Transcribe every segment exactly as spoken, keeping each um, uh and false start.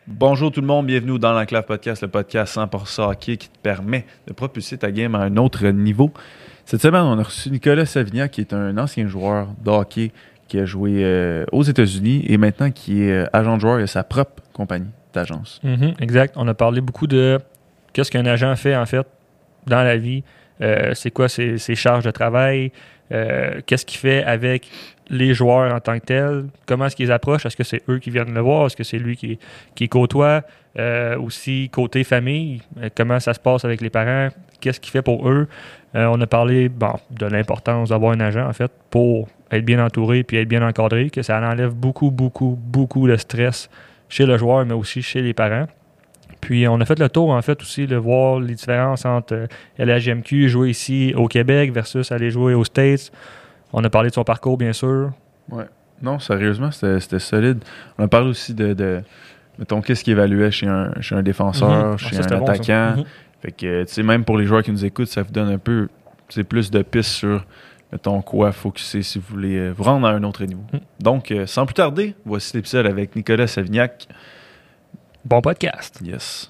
Bonjour tout le monde, bienvenue dans l'Enclave Podcast, le podcast cent pour cent hockey qui te permet de propulser ta game à un autre niveau. Cette semaine, on a reçu Nicolas Savignac, qui est un ancien joueur de hockey qui a joué euh, aux États-Unis et maintenant qui est euh, agent de joueur et a sa propre compagnie d'agence. Mm-hmm, exact. On a parlé beaucoup de qu'est-ce qu'un agent fait en fait dans la vie, euh, c'est quoi ses, ses charges de travail, euh, qu'est-ce qu'il fait avec les joueurs en tant que tels, comment est-ce qu'ils approchent, est-ce que c'est eux qui viennent le voir, est-ce que c'est lui qui, qui côtoie, euh, aussi côté famille, euh, comment ça se passe avec les parents, qu'est-ce qu'il fait pour eux. Euh, on a parlé bon, de l'importance d'avoir un agent en fait pour être bien entouré puis être bien encadré, que ça enlève beaucoup, beaucoup, beaucoup de stress chez le joueur mais aussi chez les parents. Puis on a fait le tour en fait aussi de voir les différences entre euh, L H J M Q, jouer ici au Québec versus aller jouer aux States. On a parlé de son parcours, bien sûr. Ouais. Non, sérieusement, c'était, c'était solide. On a parlé aussi de, de mettons, qu'est-ce qu'il évaluait chez un, chez un défenseur, mm-hmm. chez ça, un attaquant. Bon, mm-hmm. Fait que, tu sais, même pour les joueurs qui nous écoutent, ça vous donne un peu, tu sais, plus de pistes sur, mettons, quoi focusser si vous voulez euh, vous rendre à un autre niveau. Mm. Donc, euh, sans plus tarder, voici l'épisode avec Nicolas Savignac. Bon podcast. Yes.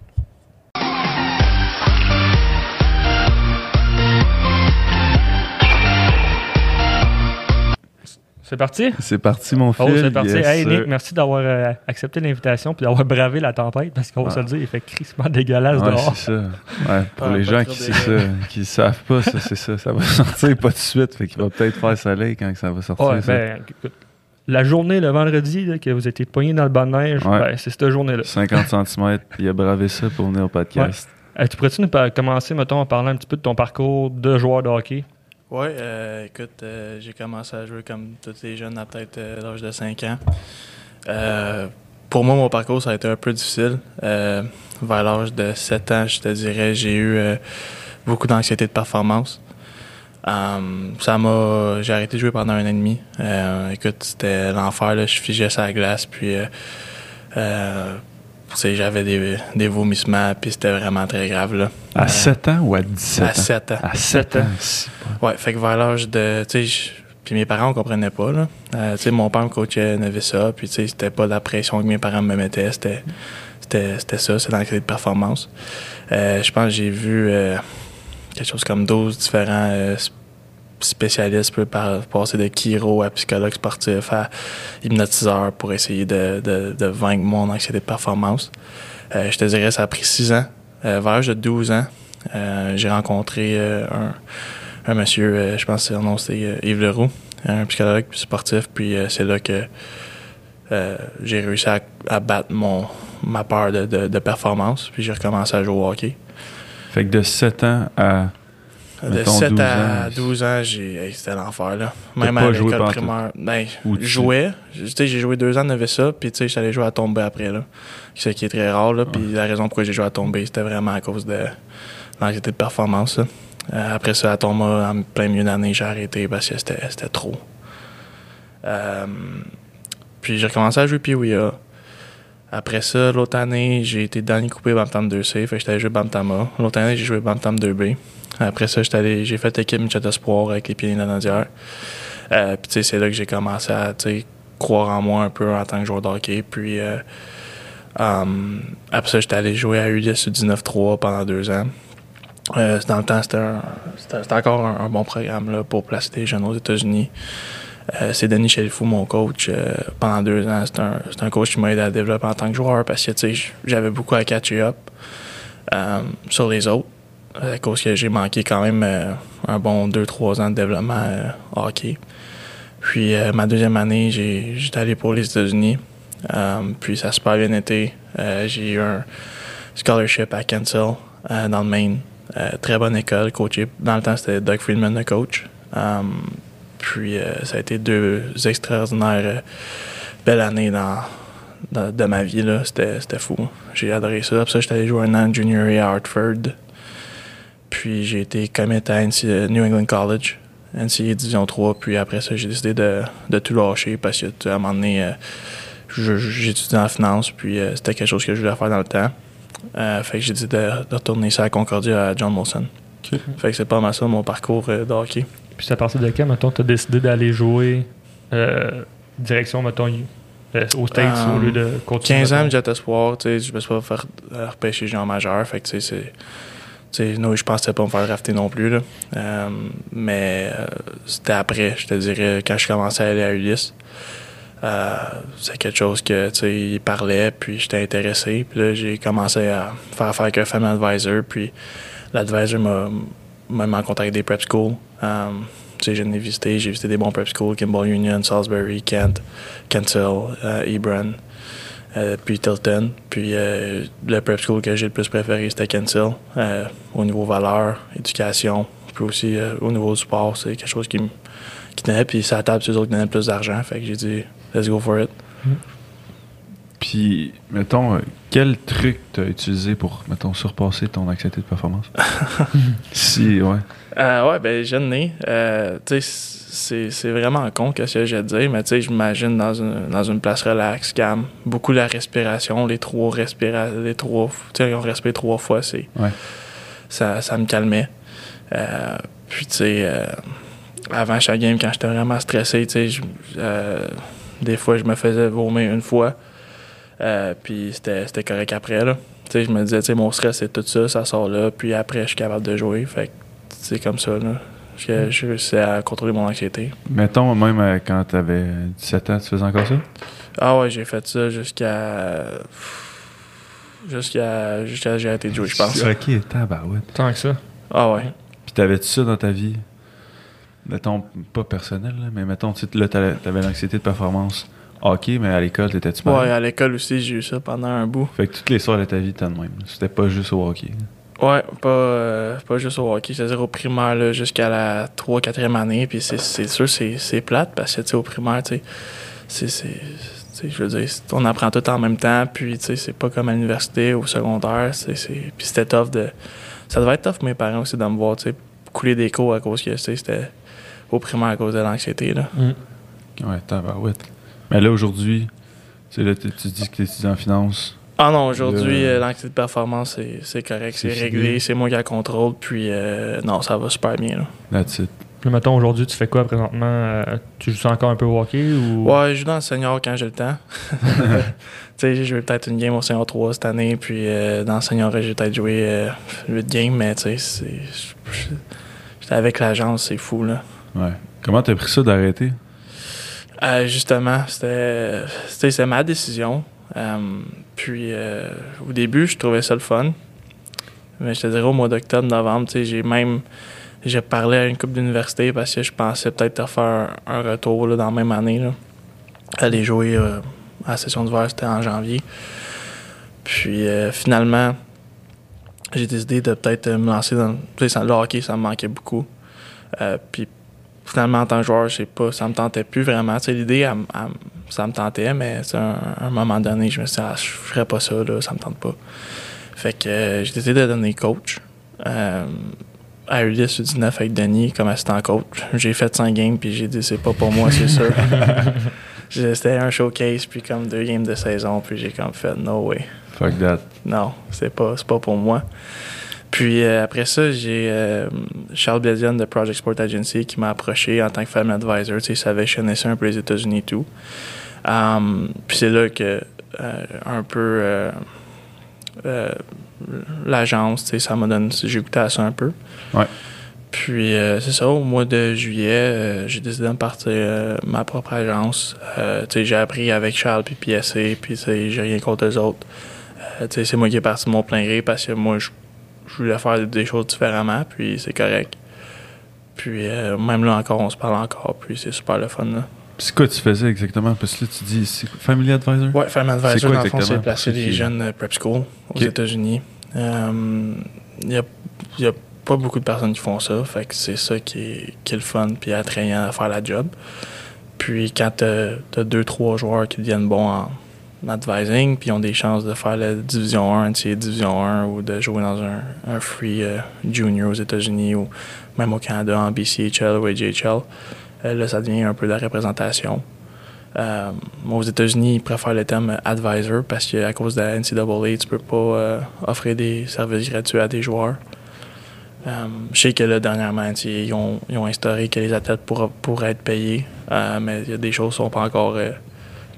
C'est parti? C'est parti, mon fils. Oh, c'est parti. Yes, hey, Nick, merci d'avoir euh, accepté l'invitation et d'avoir bravé la tempête parce qu'on va ah. se le dire, il fait crissement dégueulasse ouais, dehors. c'est ça. Ouais, pour ah, les gens qui c'est ça, qui savent pas, ça, c'est ça. Ça va sortir pas tout de suite. Fait qu'il va peut-être faire soleil quand ça va sortir. Ouais, ben, écoute, la journée, le vendredi, là, que vous étiez poigné dans le banc de neige, ouais. ben, c'est cette journée-là. cinquante centimètres, il a bravé ça pour venir au podcast. Ouais. Euh, tu pourrais-tu nous commencer, mettons, en parlant un petit peu de ton parcours de joueur de hockey? Oui, euh, écoute, euh, j'ai commencé à jouer comme tous les jeunes à peut-être euh, l'âge de cinq ans. Euh, pour moi, mon parcours, ça a été un peu difficile. Euh, vers l'âge de sept ans, je te dirais, j'ai eu euh, beaucoup d'anxiété de performance. Um, ça m'a... J'ai arrêté de jouer pendant un an et demi. Euh, écoute, c'était l'enfer, là. Je figeais sur la glace, puis... Euh, euh, j'avais des, des vomissements, puis c'était vraiment très grave, là. À euh, sept ans ou à dix-sept ans? À sept ans. À sept ans. Ouais, fait que vers l'âge de... Tu sais, puis mes parents, on comprenaient pas, là. Euh, tu sais, mon père me coachait Nevessa, puis tu sais, c'était pas la pression que mes parents me mettaient, c'était, c'était, c'était ça, c'est l'anxiété de performance. Euh, je pense que j'ai vu euh, quelque chose comme douze différents euh, spécialistes pour passer de chiro à psychologue sportif à hypnotiseur pour essayer de, de, de vaincre mon anxiété de performance. Euh, je te dirais, ça a pris six ans. Euh, vers l'âge de douze ans, euh, j'ai rencontré euh, un, un monsieur, euh, je pense que son nom c'était euh, Yves Leroux, un psychologue sportif, puis euh, c'est là que euh, j'ai réussi à, à battre mon, ma peur de, de, de performance, puis j'ai recommencé à jouer au hockey. Fait que de sept ans à De sept à douze ans, j'ai, hey, c'était l'enfer, là. Même à l'école primaire. Ben, je jouais. Tu sais, j'ai joué deux ans de Nevessa, puis tu sais, j'allais jouer à Tombé après, là. Ce qui est très rare, là. Puis ouais. La raison pourquoi j'ai joué à Tombé, c'était vraiment à cause de l'anxiété de performance, là. Euh, après ça, à Tombé, en plein milieu d'année, j'ai arrêté parce que c'était, c'était trop. Euh, puis j'ai recommencé à jouer Pee-Wee. Après ça, l'autre année, j'ai été dernier coupé Bantam deux C, fait que j'étais allé jouer Bantam A. L'autre année, j'ai joué Bantam deux B. Après ça, j'étais allé, j'ai fait l'équipe Midget Espoir avec les Pionniers de la Naudière. Euh, puis tu sais, c'est là que j'ai commencé à croire en moi un peu en tant que joueur de hockey. Puis euh, um, après ça, j'étais allé jouer à U D S U dix-neuf trois pendant deux ans. Euh, dans le temps, c'était, un, c'était, c'était encore un, un bon programme là, pour placer des jeunes aux États-Unis. Euh, c'est Denis Chalifou, mon coach, euh, pendant deux ans. C'est un, c'est un coach qui m'a aidé à développer en tant que joueur parce que j'avais beaucoup à catcher up euh, sur les autres. À cause que j'ai manqué quand même euh, un bon deux trois ans de développement euh, hockey. Puis euh, ma deuxième année, j'ai, j'étais allé pour les États-Unis. Um, puis ça a super bien été. Euh, j'ai eu un scholarship à Cancel, euh, dans le Maine. Euh, très bonne école, coaché. Dans le temps, c'était Doug Friedman, le coach. Um, puis euh, ça a été deux extraordinaires euh, belles années dans, dans, de ma vie, là. C'était, c'était fou. J'ai adoré ça. Après ça, j'étais allé jouer un an de junior à Hartford. Puis j'ai été commit à N C A A New England College, N C A A Division trois. Puis après ça, j'ai décidé de, de tout lâcher parce que à un moment donné, euh, je, j'étudiais en finance. Puis euh, c'était quelque chose que je voulais faire dans le temps. Euh, fait que j'ai décidé de, de retourner ça à Concordia à John Molson. Okay. Fait que c'est pas mal ça mon parcours euh, de hockey. Puis c'est à partir de quand, mettons, tu as décidé d'aller jouer euh, direction, mettons, euh, aux States um, au lieu de continuer. quinze ans, jet espoir, tu sais, je me suis pas fait repêcher junior majeur, fait que tu sais, c'est. Tu sais, non, je pensais pas me faire drafter non plus, là. Euh, mais euh, c'était après, je te dirais, quand je commençais à aller à Ulysse. Euh, c'est quelque chose que, tu sais, il parlait, puis j'étais intéressé. Puis là, j'ai commencé à faire affaire avec un family advisor, puis l'advisor m'a, m'a mis en contact avec des prep schools. Um, tu sais, j'en ai visité, j'ai visité des bons prep schools, Kimball Union, Salisbury, Kent, Kensal, uh, Hebron, uh, puis Tilton. Puis uh, le prep school que j'ai le plus préféré, c'était Kensal, uh, au niveau valeur, éducation, puis aussi uh, au niveau du sport, c'est quelque chose qui me qui tenait, puis ça à table, c'est eux autres qui donnaient plus d'argent, fait que j'ai dit let's go for it. Mm. Puis, mettons, euh, quel truc t'as utilisé pour, mettons, surpasser ton anxiété de performance? Si, ouais. Euh, ouais, ben, jeune né. Euh, tu sais, c'est, c'est vraiment con que ce que j'ai à dire, mais tu sais, je m'imagine dans une, dans une place relax, calme. Beaucoup la respiration, les trois respirations, les trois, tu sais, on respire trois fois, c'est. Ouais. Ça, ça me calmait. Euh, puis, tu sais, euh, avant chaque game, quand j'étais vraiment stressé, tu sais, euh, des fois, je me faisais vomir une fois. Euh, puis c'était, c'était correct après, là. Tu sais, je me disais, tu sais, mon stress, c'est tout ça, ça sort là. Puis après, je suis capable de jouer. Fait que c'est comme ça, là. Je, je réussis à contrôler mon anxiété. Mettons, même euh, quand t'avais dix-sept ans, tu faisais encore ça? Ah ouais, j'ai fait ça jusqu'à... Jusqu'à... Jusqu'à j'ai arrêté de jouer, je pense. OK, tabarouette. Tant que ça. Ah ouais. Puis t'avais-tu ça dans ta vie? Mettons, pas personnel, là, mais mettons, tu sais, là, t'avais l'anxiété de performance hockey, mais à l'école, t'étais-tu mal? Ouais, à l'école aussi, j'ai eu ça pendant un bout. Fait que toutes les soirs de ta vie, t'as de même. C'était pas juste au hockey. Ouais, pas, euh, pas juste au hockey. C'est-à-dire au primaire, là, jusqu'à la troisième quatrième année. Puis c'est, c'est sûr, c'est, c'est plate parce que, tu sais, au primaire, tu sais, c'est, c'est, je veux dire, on apprend tout en même temps. Puis, tu sais, c'est pas comme à l'université ou au secondaire. C'est, c'est, puis c'était tough de... Ça devait être tough pour mes parents aussi de me voir, tu sais, couler des cours à cause que, tu sais, c'était au primaire à cause de l'anxiété, là. Mm. Ouais, tabarouette. Mais là, aujourd'hui, tu sais, là, tu dis que tu étudies en finance. Ah non, aujourd'hui, euh, l'anxiété de performance, c'est, c'est correct, c'est, c'est réglé, c'est moi qui la contrôle, puis euh, non, ça va super bien, là. That's it. Puis, mettons, aujourd'hui, tu fais quoi présentement? Euh, tu joues encore un peu au hockey ou... Ouais, je joue dans le senior quand j'ai le temps. Tu sais, j'ai joué peut-être une game au senior trois cette année, puis euh, dans le senior, j'ai peut-être joué euh, huit games, mais tu sais, c'est... J'étais avec l'agence, c'est fou, là. Ouais. Comment t'as pris ça d'arrêter? Euh, justement, c'était, c'était, c'était ma décision. Euh, puis, euh, au début, je trouvais ça le fun. Mais je te dirais, au mois d'octobre, novembre, tu sais, j'ai même... J'ai parlé à une couple d'universités parce que je pensais peut-être faire un, un retour là, dans la même année. Là. Aller jouer euh, à la session d'hiver, c'était en janvier. Puis, euh, finalement, j'ai décidé de peut-être me lancer dans... Tu sais, le hockey, ça me manquait beaucoup. Euh, puis, finalement, en tant que joueur, je sais pas, ça me tentait plus vraiment. Tu sais, l'idée, elle, elle, ça me tentait, mais à un, un moment donné, je me suis dit, ah, je ferais pas ça, là, ça me tente pas. Fait que euh, j'ai décidé de devenir coach. Euh, à Ulysse U dix-neuf avec Denis comme assistant coach. J'ai fait cinq games, puis j'ai dit, c'est pas pour moi, c'est sûr. C'était un showcase, puis comme deux games de saison, puis j'ai comme fait, no way. Fuck that. Non, c'est pas, c'est pas pour moi. Puis euh, après ça, j'ai euh, Charles Blasian de Project Sport Agency qui m'a approché en tant que family advisor. Tu sais, il savait que je connaissais un peu les États-Unis et tout. Um, puis c'est là que euh, un peu euh, euh, l'agence, tu sais, ça m'a donné... J'ai goûté à ça un peu. Ouais. Puis euh, c'est ça, au mois de juillet, euh, j'ai décidé de partir euh, ma propre agence. Euh, tu sais, j'ai appris avec Charles puis P S A, puis tu sais, j'ai rien contre eux autres. Euh, tu sais, c'est moi qui est parti de mon plein gré parce que moi, je Je voulais faire des choses différemment, puis c'est correct. Puis euh, même là encore, on se parle encore, puis c'est super le fun, là. C'est quoi tu faisais exactement? Parce que là, tu dis c'est Family Advisor? Ouais, Family Advisor, c'est quoi, dans le fond, exactement? c'est placer des jeunes euh, prep school aux okay. États-Unis. Il euh, n'y a, y a pas beaucoup de personnes qui font ça, fait que c'est ça qui est, qui est le fun, puis attrayant à faire la job. Puis quand t'as, t'as deux, trois joueurs qui deviennent bons en advising, puis ils ont des chances de faire la Division un, N C A A Division un, ou de jouer dans un, un free euh, junior aux États-Unis, ou même au Canada en B C H L ou A J H L. Euh, là, ça devient un peu de la représentation. Euh, aux États-Unis, ils préfèrent le terme advisor parce qu'à cause de la N C A A, tu peux pas euh, offrir des services gratuits à des joueurs. Euh, je sais que là, dernièrement, ils ont, ils ont instauré que les athlètes pourraient, pourraient être payés, euh, mais il y a des choses qui sont pas encore... Euh,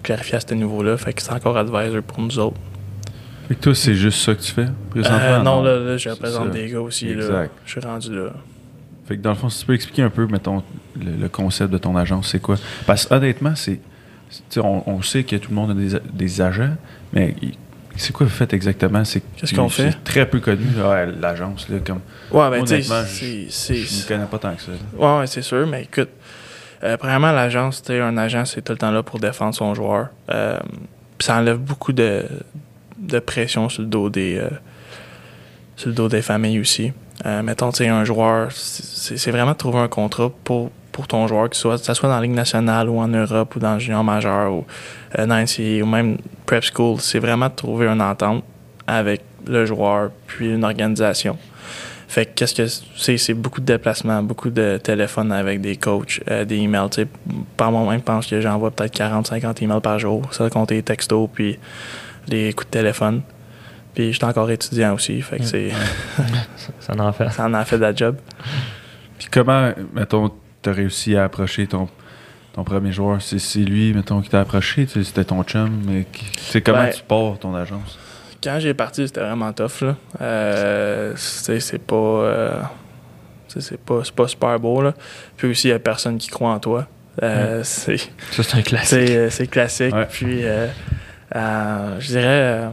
clarifier à ce niveau-là. Fait que c'est encore advisor pour nous autres. Fait que toi, c'est juste ça que tu fais présentement? Euh, non, non, là, là je représente des gars aussi. Exact. Là. Je suis rendu là. Fait que dans le fond, si tu peux expliquer un peu, mettons, le, le concept de ton agence, c'est quoi? Parce que honnêtement, c'est. On, on sait que tout le monde a des, des agents, mais c'est quoi vous faites exactement? C'est, Qu'est-ce qu'on fait? C'est très peu connu, là, l'agence. Là, comme, ouais, ben, honnêtement, c'est, je, c'est, je ne connais pas tant que ça. Là. Ouais, ouais, c'est sûr, mais écoute, euh, premièrement, l'agence, un agent, c'est tout le temps là pour défendre son joueur. Euh, Puis ça enlève beaucoup de, de pression sur le dos des, euh, sur le dos des familles aussi. Euh, mettons, tu sais, un joueur, c'est, c'est vraiment de trouver un contrat pour. pour ton joueur, que ce soit, que ça soit dans la Ligue nationale ou en Europe ou dans le junior majeur ou euh, dans N C A A ou même prep school, c'est vraiment de trouver une entente avec le joueur puis une organisation. Fait que qu'est-ce que c'est? C'est beaucoup de déplacements, beaucoup de téléphones avec des coachs, euh, des emails. Tu sais, par moi-même, je pense que j'envoie peut-être quarante à cinquante emails par jour. Ça compte les textos puis les coups de téléphone. Puis je suis encore étudiant aussi, fait que c'est... ça en fait. Ça en a fait de la job. Puis comment, mettons, tu as réussi à approcher ton, ton premier joueur? C'est, c'est lui, mettons, qui t'a approché? C'était ton chum? Mais c'est comment ben, tu pars ton agence? Quand j'ai parti, c'était vraiment tough. Là. Euh, c'est, c'est pas... Euh, c'est, pas, c'est pas super beau. Là. Puis aussi, il n'y a personne qui croit en toi. Euh, ouais. c'est, Ça, c'est un classique. C'est, c'est classique. Ouais. Puis, euh, euh, je dirais... Euh,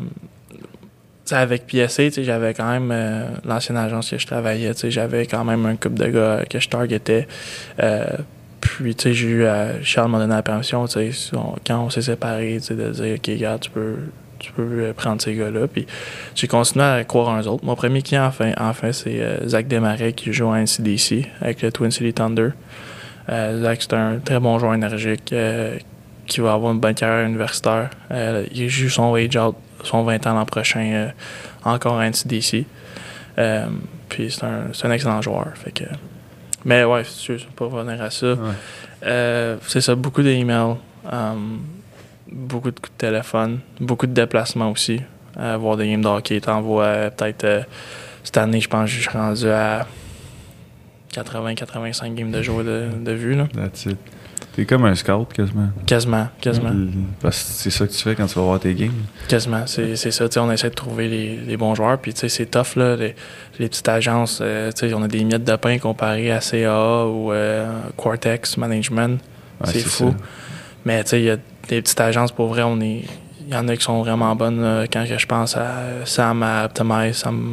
avec P S A, j'avais quand même euh, l'ancienne agence que je travaillais, j'avais quand même un couple de gars que je targetais. Euh, puis j'ai eu euh, Charles m'a donné la permission, on, quand on s'est séparés, de dire OK, gars, tu peux, tu peux prendre ces gars-là. Puis j'ai continué à croire en eux autres. Mon premier client, enfin, enfin c'est euh, Zach Desmarais qui joue à N C D C avec le Twin City Thunder. Euh, Zach, c'est un très bon joueur énergique euh, qui va avoir une bonne carrière universitaire. Euh, il joue son age out. Son vingt ans l'an prochain, euh, encore à N C D C. Euh, puis c'est un, c'est un excellent joueur. Fait que, mais ouais, c'est sûr, pour revenir à ça. Ouais. Euh, c'est ça, beaucoup d'emails, um, beaucoup de coups de téléphone, beaucoup de déplacements aussi. Euh, voir des games de hockey, t'envoies euh, peut-être euh, cette année, je pense que je suis rendu à quatre-vingts à quatre-vingt-cinq games de joueurs de, de vue. Là. That's it. T'es comme un scout, quasiment. Quasiment, quasiment. Parce que c'est ça que tu fais quand tu vas voir tes games. Quasiment, c'est, c'est ça. T'sais, on essaie de trouver les, les bons joueurs. Puis c'est tough, là, les, les petites agences. Euh, on a des miettes de pain comparées à C A A ou euh, Quartex Management. Ouais, c'est, c'est fou. Ça. Mais il y a des petites agences, pour vrai, on est. Il y en a qui sont vraiment bonnes. Là, quand je pense à Sam, à Optimize, Sam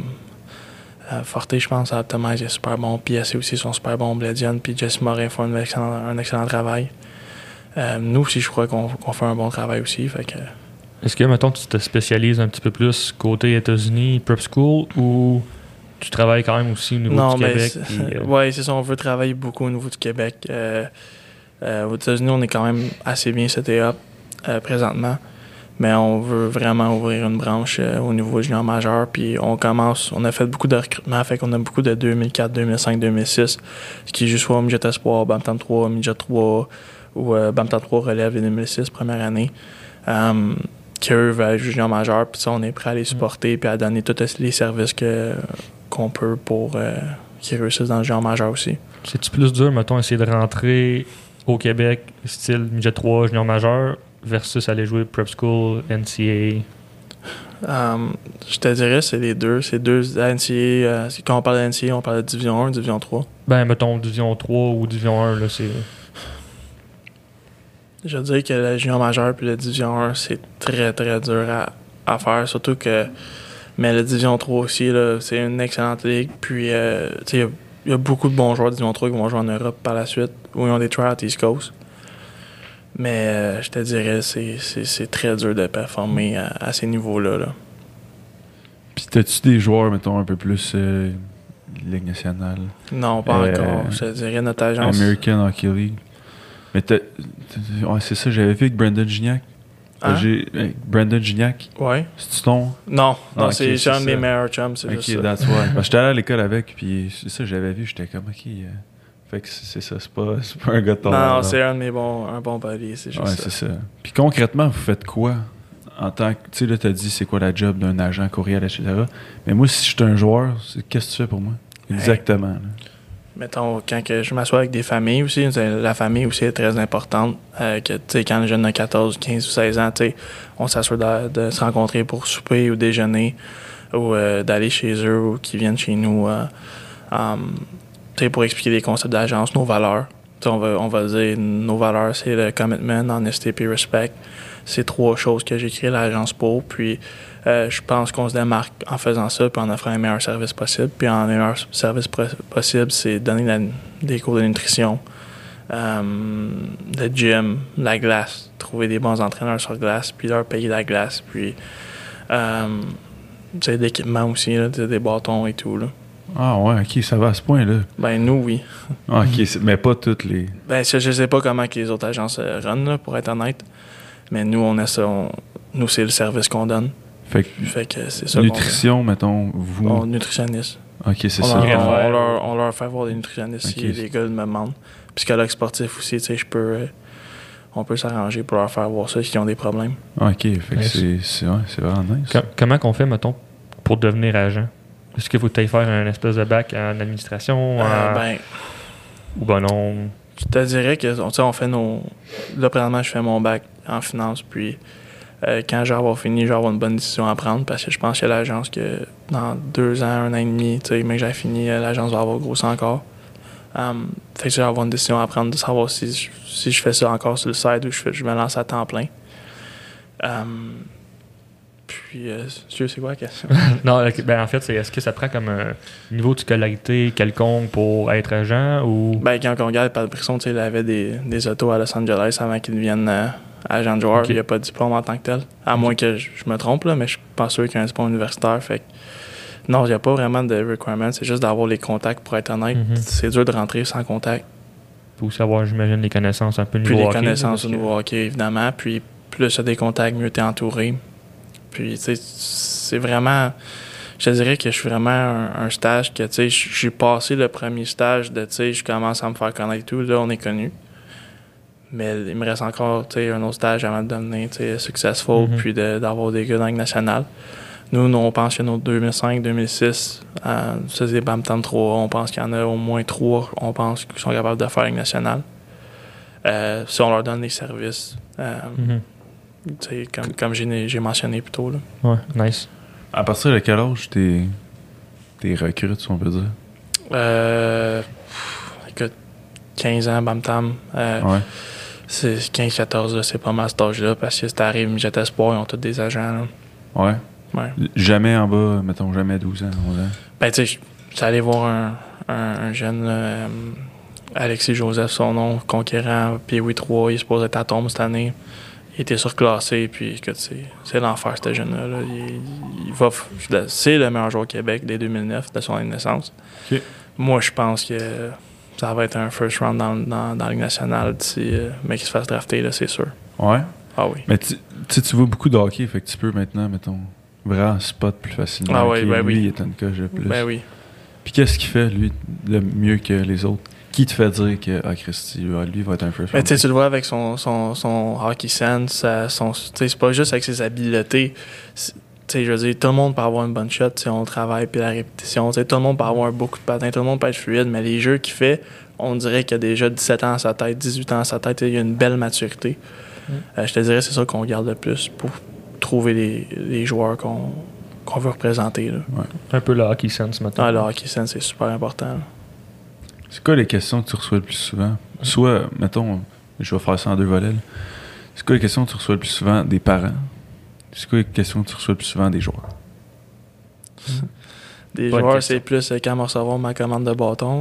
à Forte, je pense à Optimize, il est super bon. P S A aussi, ils sont super bons. Bledion, puis Jesse Morin font un excellent, un excellent travail. Euh, nous aussi, je crois qu'on, qu'on fait un bon travail aussi. Fait que... Est-ce que, mettons, tu te spécialises un petit peu plus côté États-Unis, prep school, ou tu travailles quand même aussi au niveau non, du mais Québec? C'est, euh... Oui, c'est ça. On veut travailler beaucoup au niveau du Québec. Euh, euh, aux États-Unis, on est quand même assez bien seté up euh, présentement. Mais on veut vraiment ouvrir une branche euh, au niveau junior majeur. Puis on commence, on a fait beaucoup de recrutement, fait qu'on a beaucoup de deux mille quatre, deux mille cinq, deux mille six, qui jouent soit au midget espoir, Bantam trois, midget trois, ou euh, Bantam trois relève les deux mille six, première année, um, qui eux veulent jouer junior majeur. Puis ça, on est prêt à les supporter puis à donner tous les services que, qu'on peut pour euh, qu'ils réussissent dans le junior majeur aussi. C'est-tu plus dur, mettons, essayer de rentrer au Québec, style midget trois, junior majeur, versus aller jouer prep school, N C A A? Um, je te dirais, c'est les deux. C'est deux N C A A. Euh, quand on parle de N C A A, on parle de Division un, Division trois. Ben, mettons, Division trois ou Division un, là, c'est... Je dirais que la junior majeure puis la Division un, c'est très, très dur à, à faire. Surtout que... Mais la Division trois aussi, là, c'est une excellente ligue. Puis, euh, tu sais, il y, y a beaucoup de bons joueurs de Division trois qui vont jouer en Europe par la suite, où ils ont des tryouts East Coast. Mais euh, je te dirais, c'est, c'est, c'est très dur de performer à, à ces niveaux-là. Là. Puis, t'as-tu des joueurs, mettons, un peu plus euh, Ligue nationale? Non, pas euh, encore. Je te dirais notre agence. American Hockey League. Mais t'as, t'as, ouais, c'est ça, j'avais vu avec Brandon Gignac. Hein? J'ai, avec Brandon Gignac. Ouais. C'est-tu ton? Non, non, okay, c'est, c'est un de mes meilleurs chums, c'est okay, juste ça. That's why. Parce que j'étais allé à l'école avec, puis c'est ça, j'avais vu, j'étais comme, ok. Euh, fait que c'est ça, c'est pas, c'est pas un gars de ton. Non, non, c'est un de mes bons, un bon buddy, c'est juste ouais, ça. c'est ça. Puis concrètement, vous faites quoi en tant que. Tu sais, là, t'as dit c'est quoi la job d'un agent courriel, et cetera. Mais moi, si je suis un joueur, c'est, qu'est-ce que tu fais pour moi? Exactement. Hey. mettons, quand que je m'assois avec des familles aussi, la famille aussi est très importante. Euh, que, tu sais, quand le jeune a quatorze, quinze ou seize ans, tu sais, on s'assoit de, de se rencontrer pour souper ou déjeuner ou euh, d'aller chez eux ou qu'ils viennent chez nous euh, um, tu sais, pour expliquer les concepts d'agence, nos valeurs. Tu sais, on va, on va dire nos valeurs, c'est le commitment, honesty puis respect. C'est trois choses que j'ai créé l'agence pour. Puis euh, je pense qu'on se démarque en faisant ça puis en offrant un meilleur service possible. Puis en meilleur service possible, c'est donner la, des cours de nutrition, euh, le gym, la glace, trouver des bons entraîneurs sur glace, puis leur payer la glace. Puis euh, tu sais, l'équipement aussi, là, des bâtons et tout. Là. Ah ouais, ok, ça va à ce point-là. Ben nous, oui. Ah, ok, mais pas toutes les... Ben je sais pas comment que les autres agences run, là, pour être honnête. Mais nous, on a ça. On, nous, c'est le service qu'on donne. Fait que, fait que c'est ça. Nutrition, mettons, vous. On nutritionniste. Ok, c'est on ça. Leur, on, on, leur, on leur fait voir des nutritionnistes okay. si les gars me demandent. Psychologue sportif aussi, tu sais, je peux. Euh, on peut s'arranger pour leur faire voir ça s'ils ont des problèmes. Ok, fait que nice. c'est, c'est, ouais, c'est vraiment nice. Com- comment qu'on fait, mettons, pour devenir agent? Est-ce qu'il faut que tu ailles faire un espèce de bac en administration? Euh, en... Ben. Ou ben non? Je te dirais que, on, on fait nos. Là, présentement, je fais mon bac en finance, puis euh, quand je vais avoir fini, je vais avoir une bonne décision à prendre parce que je pense que l'agence, que dans deux ans, un an et demi, tu sais, mais que j'ai fini, l'agence va avoir grossi encore. Um, fait que je vais avoir une décision à prendre de savoir si je, si je fais ça encore sur le site ou je, fais, je me lance à temps plein. Um, Puis, euh, tu sais, c'est quoi la question? Non, ben en fait, c'est est-ce que ça prend comme un niveau de scolarité quelconque pour être agent ou... Ben, quand on regarde, Pat Brisson, tu sais, il avait des, des autos à Los Angeles avant qu'il devienne euh, agent de joueur. Okay. Il n'y a pas de diplôme en tant que tel. À okay. moins que je, je me trompe, là, mais je suis pas sûr qu'il y a un diplôme universitaire. Fait que, non, il n'y a pas vraiment de requirement. C'est juste d'avoir les contacts, pour être honnête. Mm-hmm. C'est dur de rentrer sans contact. Pour savoir, j'imagine, les connaissances un peu niveau hockey. Puis les connaissances au niveau hockey, évidemment. Puis plus tu as des contacts, mieux tu es entouré. Puis, tu sais, c'est vraiment... Je te dirais que je suis vraiment un, un stage que, tu sais, j'ai passé le premier stage de, tu sais, je commence à me faire connaître et tout. Là, on est connu. Mais il me reste encore, tu sais, un autre stage avant de devenir, tu sais, successful, mm-hmm. puis de, d'avoir des gars dans la Ligue nationale. Nous, nous, on pense qu'il y en a deux mille cinq, deux mille six. Euh, ça, c'est des Bantam trois. On pense qu'il y en a au moins trois, on pense, qui sont capables de faire la Ligue nationale. Euh, si on leur donne des services... Euh, mm-hmm. Comme, comme j'ai, j'ai mentionné plus tôt. Là. Ouais, nice. À partir de quel âge t'es, t'es recrute, si on peut dire? Euh, écoute, quinze ans, bam tam. Euh, ouais. C'est quinze quatorze, c'est pas mal cet âge-là, parce que si t'arrives, Midget Espoir, ils ont tous des agents. Là. Ouais. ouais. Jamais en bas, mettons, jamais douze ans, onze ans? Ben, tu sais, j'étais allé voir un, un, un jeune, euh, Alexis Joseph, son nom, conquérant, P W trois, il est supposé être à tombe cette année. Il était surclassé, puis écoute, c'est, c'est l'enfer, ce jeune-là. Là. Il, il va, c'est le meilleur joueur au Québec dès deux mille neuf, de son année de naissance. Okay. Moi, je pense que ça va être un first round dans, dans, dans la Ligue nationale d'ici, euh, mais qu'il se fasse drafter, là, c'est sûr. Ouais? Ah oui. Mais tu sais, tu vois beaucoup de hockey, fait que tu peux maintenant, mettons, vraiment spot plus facilement. Ah oui, ben lui, oui. il est une coche de plus. Ben oui. Puis qu'est-ce qu'il fait, lui, le mieux que les autres? Qui te fait dire que ah, Christy, lui, va être un first round? Tu le vois avec son, son, son hockey sense, son, c'est pas juste avec ses habiletés. Je veux dire, tout le monde peut avoir une bonne shot si on travaille puis la répétition. Tout le monde peut avoir beaucoup de patins, tout le monde peut être fluide, mais les jeux qu'il fait, on dirait qu'il a déjà dix-sept ans à sa tête, dix-huit ans à sa tête. Il y a une belle maturité. Mm. Euh, je te dirais c'est ça qu'on garde le plus pour trouver les, les joueurs qu'on, qu'on veut représenter. Là. Ouais. Un peu le hockey sense maintenant. Ah, le hockey sense, c'est super important. Là. C'est quoi les questions que tu reçois le plus souvent? Soit, mettons, je vais faire ça en deux volets. Là. C'est quoi les questions que tu reçois le plus souvent des parents? C'est quoi les questions que tu reçois le plus souvent des joueurs? Des Pas joueurs, c'est plus quand on va recevoir ma commande de bâton.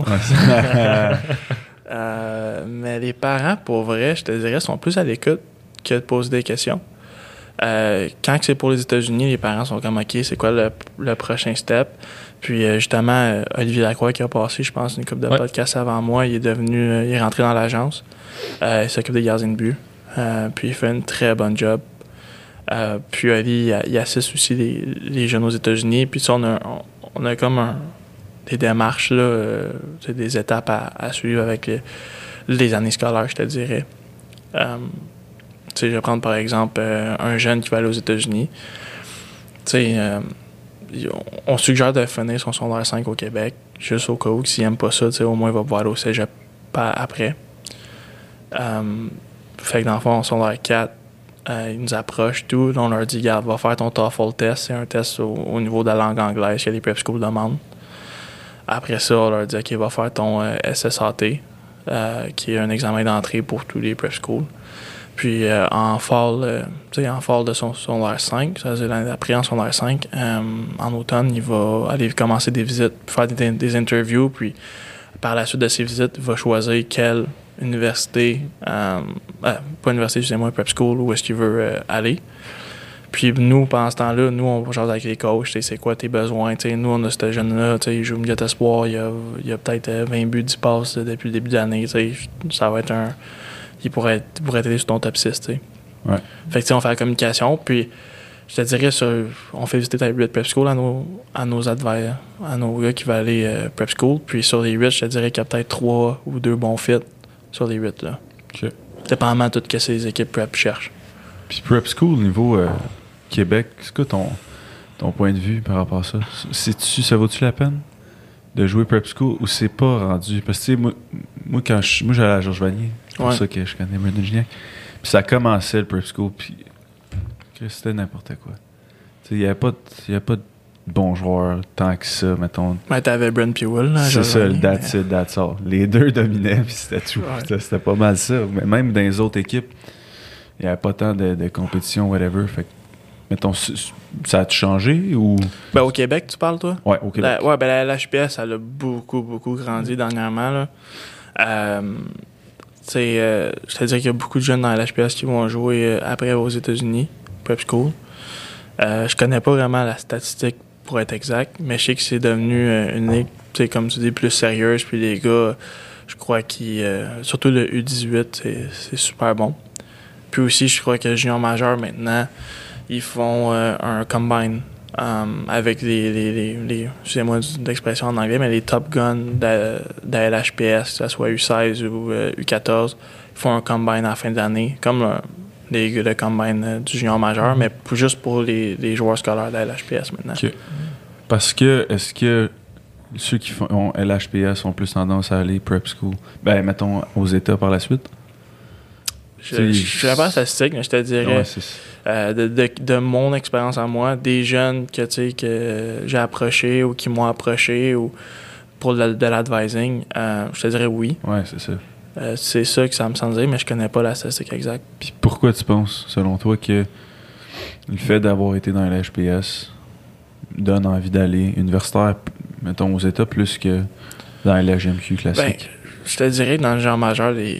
euh, mais les parents, pour vrai, je te dirais, sont plus à l'écoute que de poser des questions. Euh, quand c'est pour les États-Unis, les parents sont comme « OK, c'est quoi le, le prochain step? » Puis euh, justement, euh, Olivier Lacroix qui a passé, je pense, une couple de ouais. podcasts avant moi, il est devenu, euh, il est rentré dans l'agence. Euh, il s'occupe des gardiens de but. Euh, puis il fait une très bonne job. Euh, puis Oli, il, il assiste aussi les, les jeunes aux États-Unis. Puis ça, on a, on, on a comme un, des démarches, là, euh, des étapes à, à suivre avec les, les années scolaires, je te dirais. Euh, tu sais, je vais prendre par exemple euh, un jeune qui va aller aux États-Unis. Tu sais, euh, on, on suggère de finir son secondaire cinq au Québec, juste au cas où, s'il n'aime pas ça, au moins il va pouvoir aller au cégep après. Um, fait que dans le fond, en secondaire quatre, euh, ils nous approchent, tout. Là, on leur dit, regarde, va faire ton TOEFL test. C'est un test au, au niveau de la langue anglaise que les prep schools demandent. Après ça, on leur dit, OK, va faire ton euh, S S A T, euh, qui est un examen d'entrée pour tous les prep schools. Puis euh, en fall, euh, tu sais, en fall de son secondaire cinq, ça veut dire l'année d'après en secondaire cinq, euh, en automne, il va aller commencer des visites, faire des, des interviews, puis par la suite de ces visites, il va choisir quelle université, euh, euh, pas université, excusez-moi, prep school, où est-ce qu'il veut euh, aller. Puis nous, pendant ce temps-là, nous, on va jaser avec les coachs, c'est quoi tes besoins. T'sais, nous, on a ce jeune-là, il joue au milieu d'espoir, il a, il a peut-être vingt buts, dix passes depuis le début de l'année. Ça va être un... Il pourrait, il pourrait t'aider sur ton top six. T'sais. Ouais. Fait que on fait la communication, puis je te dirais, sur, on fait visiter ta huit prep school à nos, à nos adversaires, à nos gars qui veulent aller euh, prep school. Puis sur les huit, je te dirais qu'il y a peut-être trois ou deux bons fits sur les huit. Là. Okay. Dépendamment de tout ce que les équipes prep cherchent. Puis prep school, au niveau euh, Québec, c'est quoi ton, ton point de vue par rapport à ça? C'est-tu, ça vaut-tu la peine de jouer prep school ou c'est pas rendu? Parce que tu sais, moi, moi, quand je, moi j'allais à Georges Vanier, c'est pour ouais. ça que je connais Brendan Gignac. Puis ça commençait le prep school, puis c'était n'importe quoi. Tu sais, il n'y avait pas de, pas de bons joueurs tant que ça, mettons. Mais t'avais Brent Pewell, là. C'est ça, le that's it, that's all. Les deux dominaient, puis c'était tout. Ouais. C'était pas mal ça. Mais même dans les autres équipes, il n'y avait pas tant de, de compétition, whatever. Fait que, mettons, ça a changé ou. Ben, au Québec, tu parles, toi? Ouais, au Québec. La, ouais, ben, la L H P S, elle a beaucoup, beaucoup grandi dernièrement, là. Euh, tu sais, euh, je te dirais qu'il y a beaucoup de jeunes dans la L H P S qui vont jouer euh, après aux États-Unis, prep school. Euh, je connais pas vraiment la statistique pour être exact, mais je sais que c'est devenu euh, une ligue, tu sais, comme tu dis, plus sérieuse. Puis les gars, je crois qu'ils. Euh, surtout le U dix-huit, c'est, c'est super bon. Puis aussi, je crois que le junior majeur, maintenant, ils font euh, un combine um, avec les, les, les, les excusez-moi d'expression en anglais, mais les top guns de, de la L H P S, que ce soit U seize ou euh, U quatorze, ils font un combine à la fin de l'année, comme le, les gars de combine euh, du junior majeur, mm-hmm. mais pour, juste pour les, les joueurs scolaires de la L H P S maintenant. Okay. Parce que, est-ce que ceux qui font L H P S ont plus tendance à aller prep school, ben, mettons, aux États par la suite? Je ne suis pas statistique, mais je te dirais, ouais, euh, de, de, de mon expérience à moi, des jeunes que, que j'ai approchés ou qui m'ont approché ou pour de, de l'advising, euh, je te dirais oui. Oui, c'est ça. Euh, c'est ça que ça me semble dire, mais je connais pas la statistique exacte. Puis pourquoi tu penses, selon toi, que le fait d'avoir été dans la H P S donne envie d'aller universitaire, mettons, aux États, plus que dans la G M Q classique? Ben, je te dirais que dans le genre majeur, les...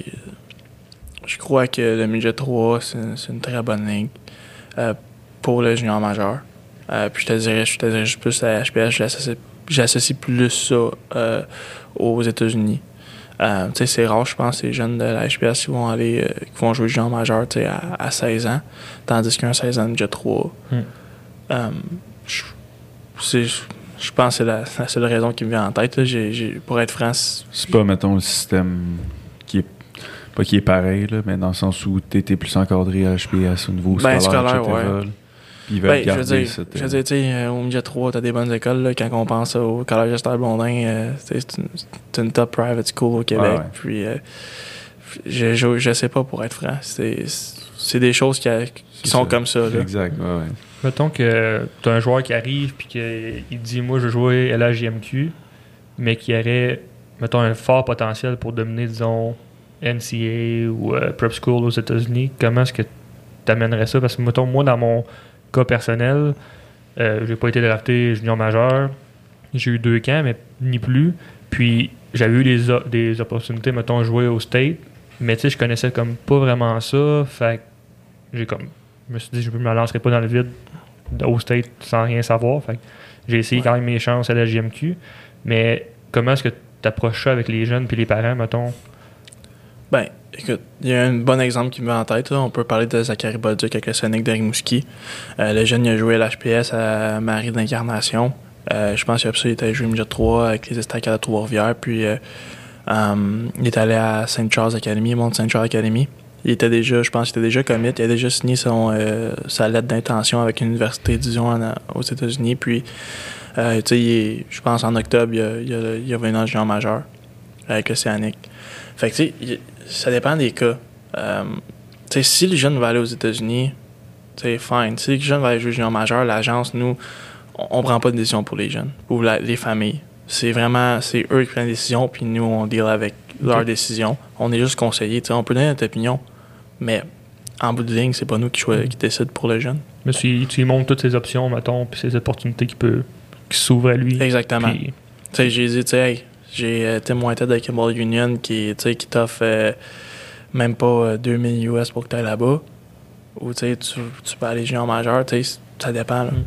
je crois que le midget trois, c'est, c'est une très bonne ligue euh, pour le junior majeur. Euh, puis je te dirais, je te dirais juste plus à la H P S, j'associe, j'associe plus ça euh, aux États-Unis. Euh, c'est rare, je pense, ces jeunes de la H P S qui vont aller, euh, qui vont jouer junior majeur à, à seize ans, tandis qu'un seize ans de midget trois. Hmm. Euh, je, c'est, je pense que c'est la, la seule raison qui me vient en tête. Là. J'ai, j'ai, pour être franc, c'est... c'est pas, mettons, le système qui est pas qui est pareil, là, mais dans le sens où tu étais plus encadré à H P S au niveau ben, scolaire, scolaire, et cetera. Ouais. Ils veulent ben, garder je veux dire, cette... Je veux dire, tu sais, au midget trois, t'as des bonnes écoles. Là, quand on pense au collège Esther Blondin, euh, c'est, une, c'est une top private school au Québec. Ah ouais. Puis, euh, je, je, je sais pas, pour être franc. C'est, c'est des choses qui, a, qui sont ça. Comme ça. Là. Exact, ouais, ouais. Mettons que t'as un joueur qui arrive puis qu'il dit « Moi, je veux jouer L H J M Q », mais qui aurait, mettons, un fort potentiel pour dominer, disons, N C A A ou euh, Prep School aux États-Unis. Comment est-ce que tu amènerais ça? Parce que, mettons, moi, dans mon cas personnel, euh, j'ai pas été drafté junior majeur. J'ai eu deux camps, mais ni plus. Puis, j'avais eu des, o- des opportunités, mettons, jouer au State. Mais, tu sais, je connaissais comme pas vraiment ça. Fait que j'ai comme... Je me suis dit, je me lancerai pas dans le vide au State sans rien savoir. Fait que j'ai essayé ouais. quand même mes chances à la J M Q. Mais comment est-ce que tu approches ça avec les jeunes puis les parents, mettons? Ben, écoute, il y a un bon exemple qui me vient en tête. Là. On peut parler de Zachary Bolduc avec le Sonic de Rimouski. Euh, le jeune, il a joué à l'H P S à Marie de l'Incarnation. Euh, je pense qu'après ça, il était joué midget trois avec les Estacades à Trois-Rivières. Puis, euh, um, il est allé à Saint Charles Academy, Mont Saint Charles Academy. il était déjà, je pense qu'il était déjà commit. Il a déjà signé son, euh, sa lettre d'intention avec une université, disons, en, aux États-Unis. Puis, euh, tu sais, je pense en octobre, il, a, il, a, il avait un junior majeur avec l'Océanique. Fait que, tu sais, ça dépend des cas. Euh, tu sais, si le jeune va aller aux États-Unis, tu sais, fine. Si le jeune va aller jouer junior majeur, l'agence, nous, on, on prend pas de décision pour les jeunes ou la, les familles. C'est vraiment, c'est eux qui prennent des décisions, puis nous, on deal avec okay. leurs décisions. On est juste conseillers. Tu sais, on peut donner notre opinion, mais en bout de ligne, c'est pas nous qui, choi- qui décident pour le jeune. Mais tu, tu lui montres toutes ses options, mettons, puis ses opportunités qui, peut, qui s'ouvrent à lui. Exactement. Puis... Tu sais, j'ai dit, tu sais, hey, j'ai euh, Tim Whitehead de Kimball Union qui, qui t'offre euh, même pas euh, deux mille U S pour que tu ailles là-bas. Ou tu sais, tu peux aller junior majeur, tu sais, ça dépend. Là.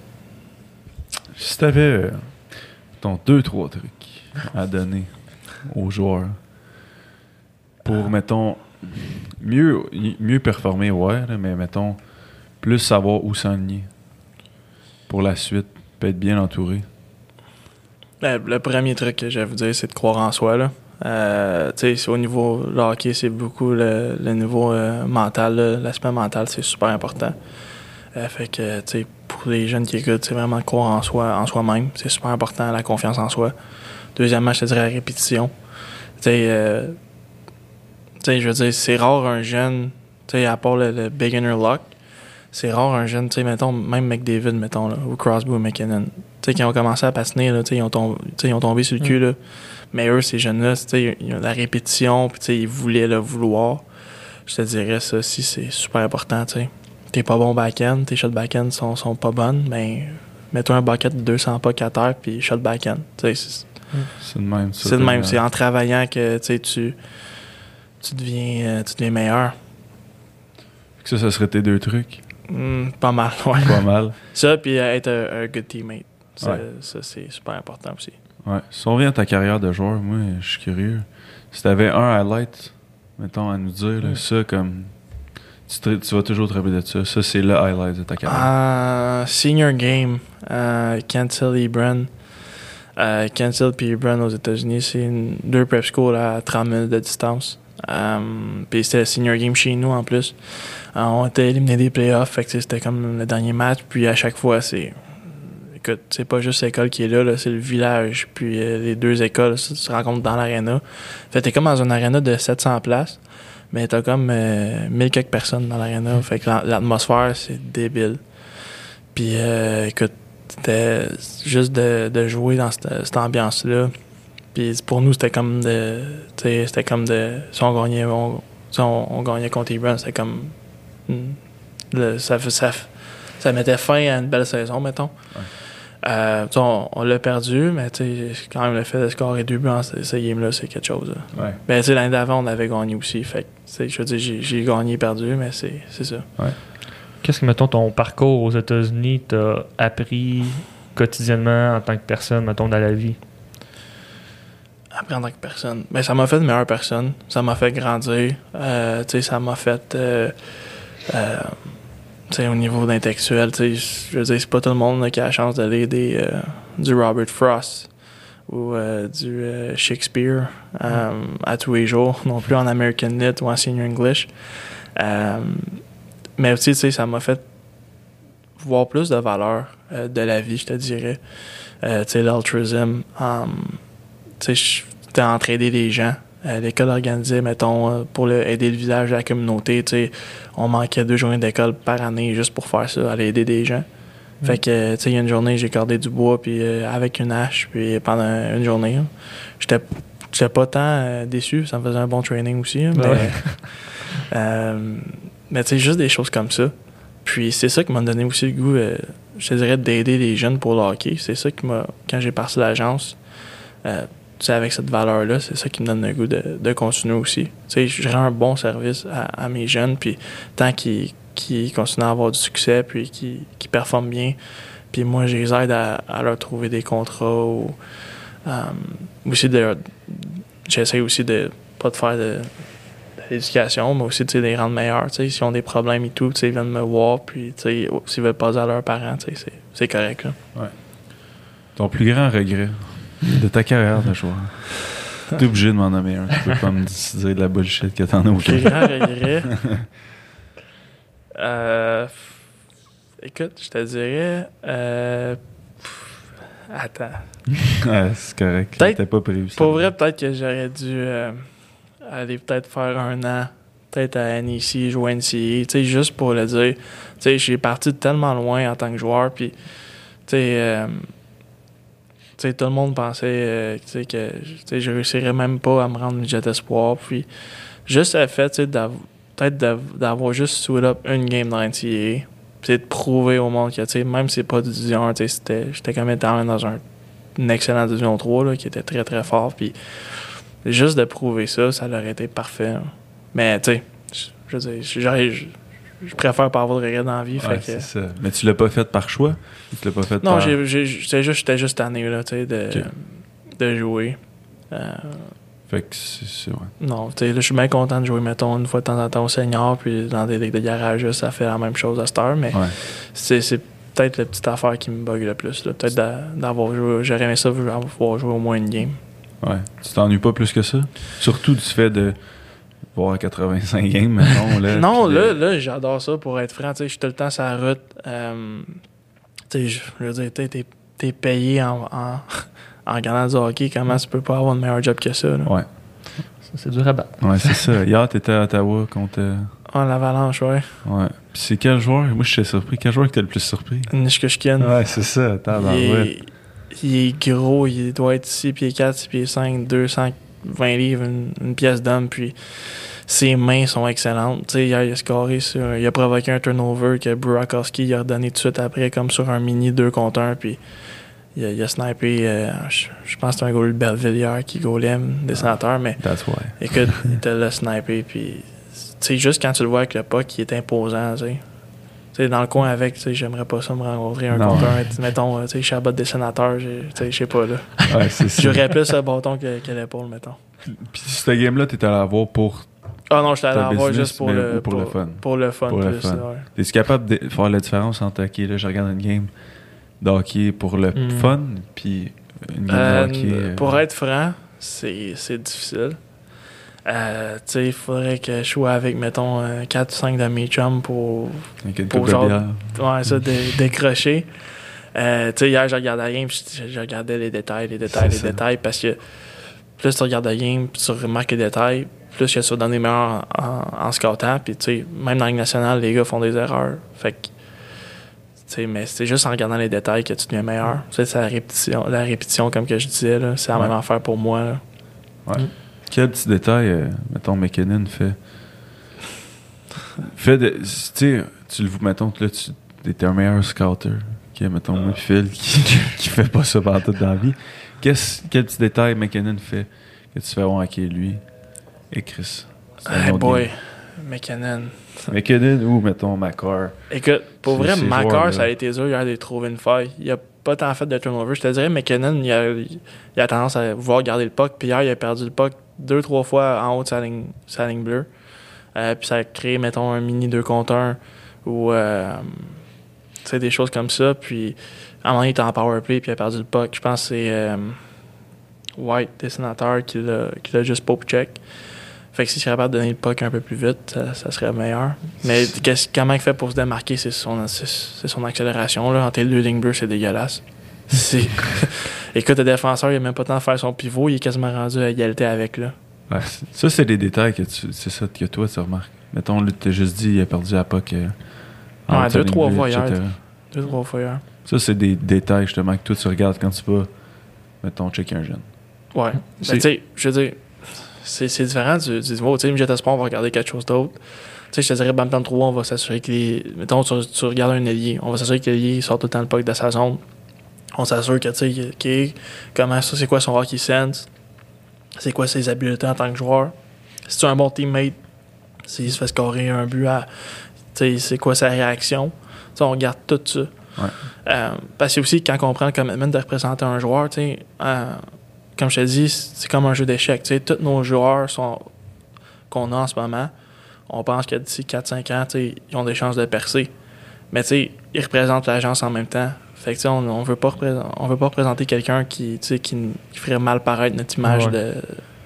Si t'avais euh, ton deux trois trucs à donner aux joueurs pour, ah. mettons, mieux, mieux performer, ouais, là, mais mettons, plus savoir où s'enligner pour la suite, peut être bien entouré. Le, le premier truc que j'ai à vous dire, c'est de croire en soi. Là. Euh, au niveau le hockey, c'est beaucoup le, le niveau euh, mental. Là. L'aspect mental, c'est super important. Euh, fait que, tu sais, pour les jeunes qui écoutent, c'est vraiment croire en soi, en soi-même. C'est super important, la confiance en soi. Deuxièmement, je te dirais la répétition. Tu sais, euh, je veux dire, c'est rare un jeune, tu sais, à part le, le beginner luck, c'est rare un jeune, tu sais, mettons, même McDavid, mettons, là, ou Crosby ou McKinnon. Tu sais, qui ont commencé à patiner, là, tu sais, ils ont tombé, ils ont tombé sur le cul, là. Mais eux, ces jeunes-là, tu sais, ils ont la répétition, puis tu sais, ils voulaient le vouloir. Je te dirais, ça aussi, c'est super important, tu sais. T'es pas bon back-end, tes shots back-end sont, sont pas bonnes, mais mets-toi un bucket de deux cents pucks à terre, puis shot back-end. Tu sais, c'est, c'est de même. Ça, c'est de même. C'est en travaillant que, tu sais, tu, tu deviens, euh, tu deviens meilleur. Ça, ça serait tes deux trucs? Mm, pas mal, ouais. Pas mal. Ça, puis euh, être un, un good teammate. Ça, ouais. ça, c'est super important aussi. Ouais. Si on revient à ta carrière de joueur, moi, je suis curieux. Si t'avais un highlight, mettons, à nous dire, là, mm. ça, comme... Tu, te, tu vas toujours te rappeler de ça. Ça, c'est le highlight de ta carrière. Uh, senior game, uh, Cancel Ebron. Uh, Cancel puis Ebron aux États-Unis, c'est une, deux prep schools à trente minutes de distance. Um, puis c'était le senior game chez nous en plus. Uh, on était éliminés des playoffs, fait que c'était comme le dernier match. Puis à chaque fois, c'est. Écoute, c'est pas juste l'école qui est là, là c'est le village. Puis euh, les deux écoles ça, tu te rencontres dans l'aréna. Fait que t'es comme dans une aréna de sept cents places. Mais t'as comme euh, mille quelques personnes dans l'aréna. Fait que l'atmosphère, c'est débile. Puis, euh, écoute, c'était juste de, de jouer dans cette, cette ambiance-là. Puis pour nous, c'était comme de... Tu sais, c'était comme de... Si on gagnait, on, on, on gagnait contre Ebron, c'était comme... Le, ça, ça, ça mettait fin à une belle saison, mettons. Ouais. Euh, on, on l'a perdu, mais quand même le fait de scorer deux buts en ce game-là, c'est quelque chose. Ouais. Ben, l'année d'avant, on avait gagné aussi. Fait je veux dire, j'ai, j'ai gagné et perdu, mais c'est, c'est ça. Ouais. Qu'est-ce que, mettons, ton parcours aux États-Unis t'a appris quotidiennement en tant que personne, mettons, dans la vie? Appris en tant que personne? Ben, ça m'a fait de meilleure personne. Ça m'a fait grandir. Euh, ça m'a fait... Euh, euh, T'sais, au niveau d'intellectuel, je veux dire, c'est pas tout le monde là, qui a la chance d'aller des, euh, du Robert Frost ou euh, du euh, Shakespeare euh, mm. à tous les jours, non plus en American Lit ou en Senior English. Euh, mais aussi, ça m'a fait voir plus de valeur euh, de la vie, je te dirais. Euh, tu sais, l'altruism, um, tu sais, j'étais entraider les gens. Euh, l'école organisée, mettons, euh, pour le, aider le village de la communauté, tu sais, on manquait deux journées d'école par année juste pour faire ça, aller aider des gens. Mmh. Fait que, tu sais, il y a une journée, j'ai cordé du bois puis euh, avec une hache, puis pendant une journée, là, j'étais, j'étais pas tant euh, déçu, ça me faisait un bon training aussi, hein, mais, ouais. euh, mais tu sais, juste des choses comme ça. Puis c'est ça qui m'a donné aussi le goût, euh, je te dirais, d'aider les jeunes pour le hockey. C'est ça qui m'a, quand j'ai parti l'agence, euh, tu sais, avec cette valeur-là, c'est ça qui me donne le goût de, de continuer aussi. Tu sais, je rends un bon service à, à mes jeunes, puis tant qu'ils, qu'ils continuent à avoir du succès, puis qu'ils, qu'ils performent bien, puis moi, je les aide à, à leur trouver des contrats, ou um, aussi de leur, j'essaie aussi de, pas de faire de, de l'éducation, mais aussi, tu sais, de les rendre meilleurs, tu sais, s'ils ont des problèmes et tout, tu sais, ils viennent me voir, puis, tu sais, s'ils veulent pas à leurs parents, tu sais, c'est, c'est correct, là. Ouais. Ton plus grand regret de ta carrière de joueur? T'es obligé de m'en nommer un. Tu peux pas me dire de la bullshit que t'en as aucun. Plus grand regret. euh, écoute, je te dirais. Euh, attends. Ouais, c'est correct. Peut-être, pas prévu. Pour vrai, peut-être que j'aurais dû euh, aller peut-être faire un an, peut-être à N E C, jouer à N C A A, tu sais, juste pour le dire. Tu sais, j'ai parti de tellement loin en tant que joueur, puis, tu sais, euh, tu sais, tout le monde pensait euh, tu sais, que je réussirais même pas à me rendre midget espoir, puis juste le fait, tu sais, d'av- peut-être d'av- d'avoir juste suit up une game dans N C A A, puis de prouver au monde que, tu sais, même si c'est pas de Division un, tu sais, c'était, j'étais quand même dans un une excellente Division trois, là, qui était très, très fort, puis juste de prouver ça, ça aurait été parfait. Hein. Mais, tu sais, je veux dire, j'aurais... Je préfère pas avoir de regrets dans la vie. Ouais, fait c'est que... ça. Mais tu l'as pas fait par choix? Tu l'as pas fait non, par... j'ai, j'ai, j'étais juste, j'étais juste tanné là, de, okay. de jouer. Euh... Fait que c'est, c'est ouais. Non, tu sais, je suis bien content de jouer, mettons, une fois de temps en temps au senior, puis dans des ligues de garage, ça fait la même chose à cette heure, mais ouais. c'est, c'est peut-être la petite affaire qui me bug le plus. Là. Peut-être d'a, d'avoir joué, j'aurais aimé ça, pouvoir jouer au moins une game. Ouais. Tu t'ennuies pas plus que ça? Surtout du fait de voir quatre-vingt-cinq games, maintenant. Là, non, là, de... là, j'adore ça, pour être franc. Je suis tout le temps sur la route. Euh, je, je veux dire, t'es, t'es payé en, en, en regardant du hockey. Comment tu peux pas avoir de meilleur job que ça? Là? Ouais. Ça, c'est dur à battre. Ouais, c'est ça. Hier, t'étais à Ottawa contre... Ah, oh, l'Avalanche, ouais. Ouais. Puis c'est quel joueur? Moi, je suis surpris. Quel joueur que t'es le plus surpris? Nishkushkin. Ouais, c'est ça. Attends, il, est, il est gros. Il doit être six pieds quatre, six pieds cinq, deux cent vingt livres, une, une pièce d'homme, puis ses mains sont excellentes. T'sais, hier, il a scoré sur... Il a provoqué un turnover que Burakovsky il a redonné tout de suite après, comme sur un mini deux contre un, puis il a, il a snipé... Euh, je, je pense que c'était un goal de Belvillière qui goalait, des sénateurs, mais... That's why. Écoute, il était là snipé, puis... T'sais, juste quand tu le vois avec le puck, il est imposant, tu sais. T'sais, dans le coin avec, t'sais, j'aimerais pas ça me rencontrer un contre un. Mettons, t'sais, Chabot des sénateurs, je sais pas, là. Ouais, c'est ça. J'aurais plus le bâton que, que l'épaule, mettons. Puis cette game-là, t'étais allé la voir pour... Ah non, j'étais allé la voir juste pour, le, pour, pour le fun. Pour le fun, pour plus. Le fun. Ouais. Es-tu capable de faire la différence entre, OK, là, je regarde une game de hockey pour le mm. fun, puis une game euh, de hockey... Euh... Pour être franc, c'est, c'est difficile. Euh, tu sais, il faudrait que je sois avec, mettons, euh, quatre ou cinq de mes chums pour, pour genre, ouais, ça, dé- décrocher. Euh, tu sais, hier, je regardais la game, je, je regardais les détails, les détails, c'est les ça. détails, parce que plus tu regardes la game, plus tu remarques les détails, plus que tu vas donner meilleur en, en, en scoutant, puis tu sais, même dans la Ligue nationale, les gars font des erreurs. Fait que, tu sais, mais c'est juste en regardant les détails que tu deviens meilleur. Tu sais, c'est la répétition, la répétition, comme que je disais, là, c'est la ouais. même affaire pour moi, là. Ouais. Mm. Quel petit détail, euh, mettons, McKinnon fait. fait de. Tu sais, tu le vois, mettons, là, tu es un meilleur scouter que, mettons, moi, Phil, qui, qui fait pas ça pendant toute la vie. Qu'est-ce, quel petit détail McKinnon fait que tu fais, ouais, ok, lui et Chris? Hey boy, game. McKinnon. McKinnon ou, mettons, Makar. Écoute, pour vrai, Makar, ça a été dur hier de trouver une faille. Il a pas tant fait de turnover. Je te dirais, McKinnon, il a, il a tendance à vouloir garder le puck, puis hier, il a perdu le puck deux, trois fois en haut de sa ligne, sa ligne bleue. Euh, puis ça a créé, mettons, un mini deux contre un ou euh, tu sais, des choses comme ça. Puis à un moment donné, il était en powerplay puis il a perdu le puck. Je pense que c'est euh, White, des sénateurs, qui l'a, qui l'a juste pop check. Fait que s'il serait capable de donner le puck un peu plus vite, ça, ça serait meilleur. Mais comment il fait pour se démarquer, c'est son, c'est, c'est son accélération. Là. Entre les deux lignes bleues, c'est dégueulasse. C'est... Écoute, le défenseur, il n'a même pas le temps de faire son pivot, il est quasiment rendu à égalité avec. Là. Ouais, ça, c'est des détails que tu, c'est ça que toi, tu remarques. Mettons, là, tu t'as juste dit, il a perdu la puck. Euh, ouais, deux, trois fois hier. Deux, trois fois hier. Ça, c'est des détails, justement, que toi, tu regardes quand tu vas, mettons, checker un jeune. Ouais. Ben, tu sais, je veux dire, c'est, c'est différent du, du niveau. Tu sais, Midget Espoir, on va regarder quelque chose d'autre. Tu sais, je te dirais, Bantam trois, on va s'assurer que les. Mettons, tu, tu regardes un ailier, on va s'assurer que l'ailier sort tout le temps le puck de sa zone. On s'assure que, tu sais, okay, comment ça, c'est quoi son hockey sense, c'est quoi ses habiletés en tant que joueur. Si tu es un bon teammate, s'il se fait scorer un but, à, tu sais, c'est quoi sa réaction. Tu sais, on regarde tout ça. Ouais. Euh, parce que aussi, quand on prend le commitment de représenter un joueur, tu sais, euh, comme je te dis, c'est comme un jeu d'échecs. Tu sais, tous nos joueurs sont, qu'on a en ce moment, on pense que d'ici quatre cinq ans, tu sais, ils ont des chances de percer. Mais tu sais, ils représentent l'agence en même temps. Fait que, on, on veut pas représenter, on veut pas représenter quelqu'un qui, qui, qui ferait mal paraître notre image ouais. de,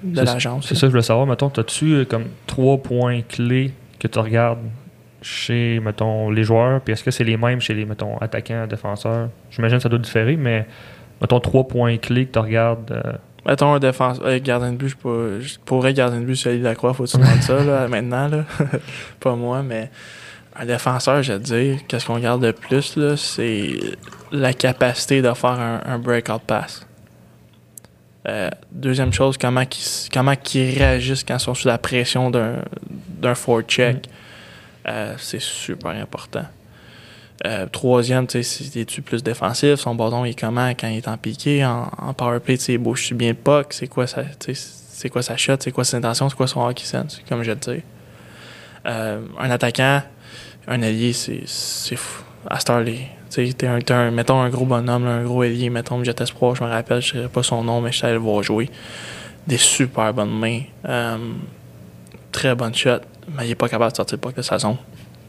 de c'est, l'agence. C'est ça que je voulais savoir. Mettons, as-tu comme trois points clés que tu regardes chez, mettons, les joueurs, puis est-ce que c'est les mêmes chez les, mettons, attaquants, défenseurs? J'imagine que ça doit différer, mais mettons, trois points clés que tu regardes. Euh... Mettons un défenseur, euh, gardien de but, je pas, je pourrais gardien de but, celui de la Croix, faut-tu demander ça, là, maintenant, là? Pas moi, mais un défenseur, je vais te dire, qu'est-ce qu'on regarde le plus, là, c'est la capacité de faire un, un breakout pass. Euh, deuxième chose, comment ils comment qu'ils réagissent quand ils sont sous la pression d'un, d'un forecheck. Mm. Euh, c'est super important. Euh, troisième, tu sais, si es-tu plus défensif, son bâton il est comment quand il est en piqué, en, en powerplay, tu sais, bouge-tu bien le puck, c'est quoi sa, c'est quoi sa shot, c'est quoi ses intentions, c'est quoi son hockey sense, comme je te dis. Euh, un attaquant, un allié, c'est, c'est fou. À Starley, tu sais, t'es un, t'es un, mettons un gros bonhomme, là, un gros allié, mettons Jet Espoir, je me rappelle, je ne sais pas son nom, mais je suis allé le voir jouer. Des super bonnes mains, euh, très bonnes shots, mais il n'est pas capable de sortir le puck de sa zone.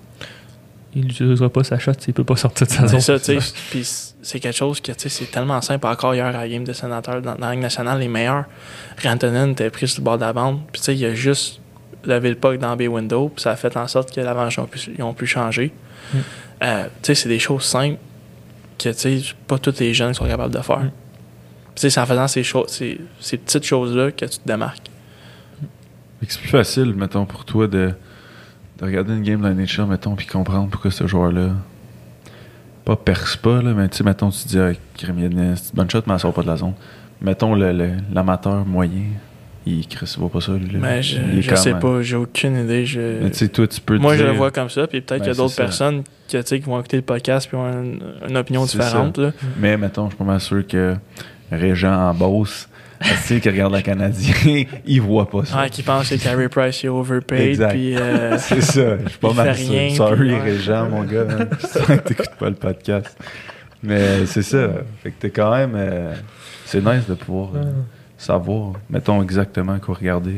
Il n'utilisera pas sa shot, il peut pas sortir de sa zone. C'est ça, tu sais. Puis c'est quelque chose que, tu sais, c'est tellement simple. Encore hier, à la game de sénateur, dans, dans la Ligue nationale, les meilleurs, Rantanen était pris sur le bord de la bande. Puis, tu sais, il a juste levé le puck dans le bay window. Puis, ça a fait en sorte que l'avance, ils ont pu, ils ont pu changer. Mm. Euh, tu sais, c'est des choses simples que, tu sais, pas tous les jeunes sont capables de faire. Mm. Tu sais, c'est en faisant ces, choses, ces, ces petites choses-là que tu te démarques. C'est plus facile, mettons, pour toi de. de regarder une game de la N H L, mettons, puis comprendre pourquoi ce joueur-là pas perce pas, là, mais tu sais, mettons, tu te dis, ah, Krim, il y a une bonne shot, mais elle sort pas de la zone. Mettons, le, le, l'amateur moyen, il Chris, voit pas ça, lui. Là. Mais je, je sais même... pas, j'ai aucune idée. Je... Mais tu sais, toi, tu peux Moi, dire... je le vois comme ça, puis peut-être ben, qu'il y a d'autres personnes qui, qui vont écouter le podcast puis ont une, une opinion c'est différente. Là. Mais mettons, je suis pas mal sûr que Régent en Beauce, tu sais, qui regarde le Canadien, il voit pas ça. Ouais, qui pense que Carey Price est overpaid. Puis, euh, c'est ça, je suis pas mal sûr. Rien, Sorry, puis, ouais. Régent, mon gars. Hein. Je sens que t'écoutes pas le podcast. Mais c'est ça. Fait que t'es quand même... Euh, c'est nice de pouvoir euh, savoir, mettons exactement quoi regarder.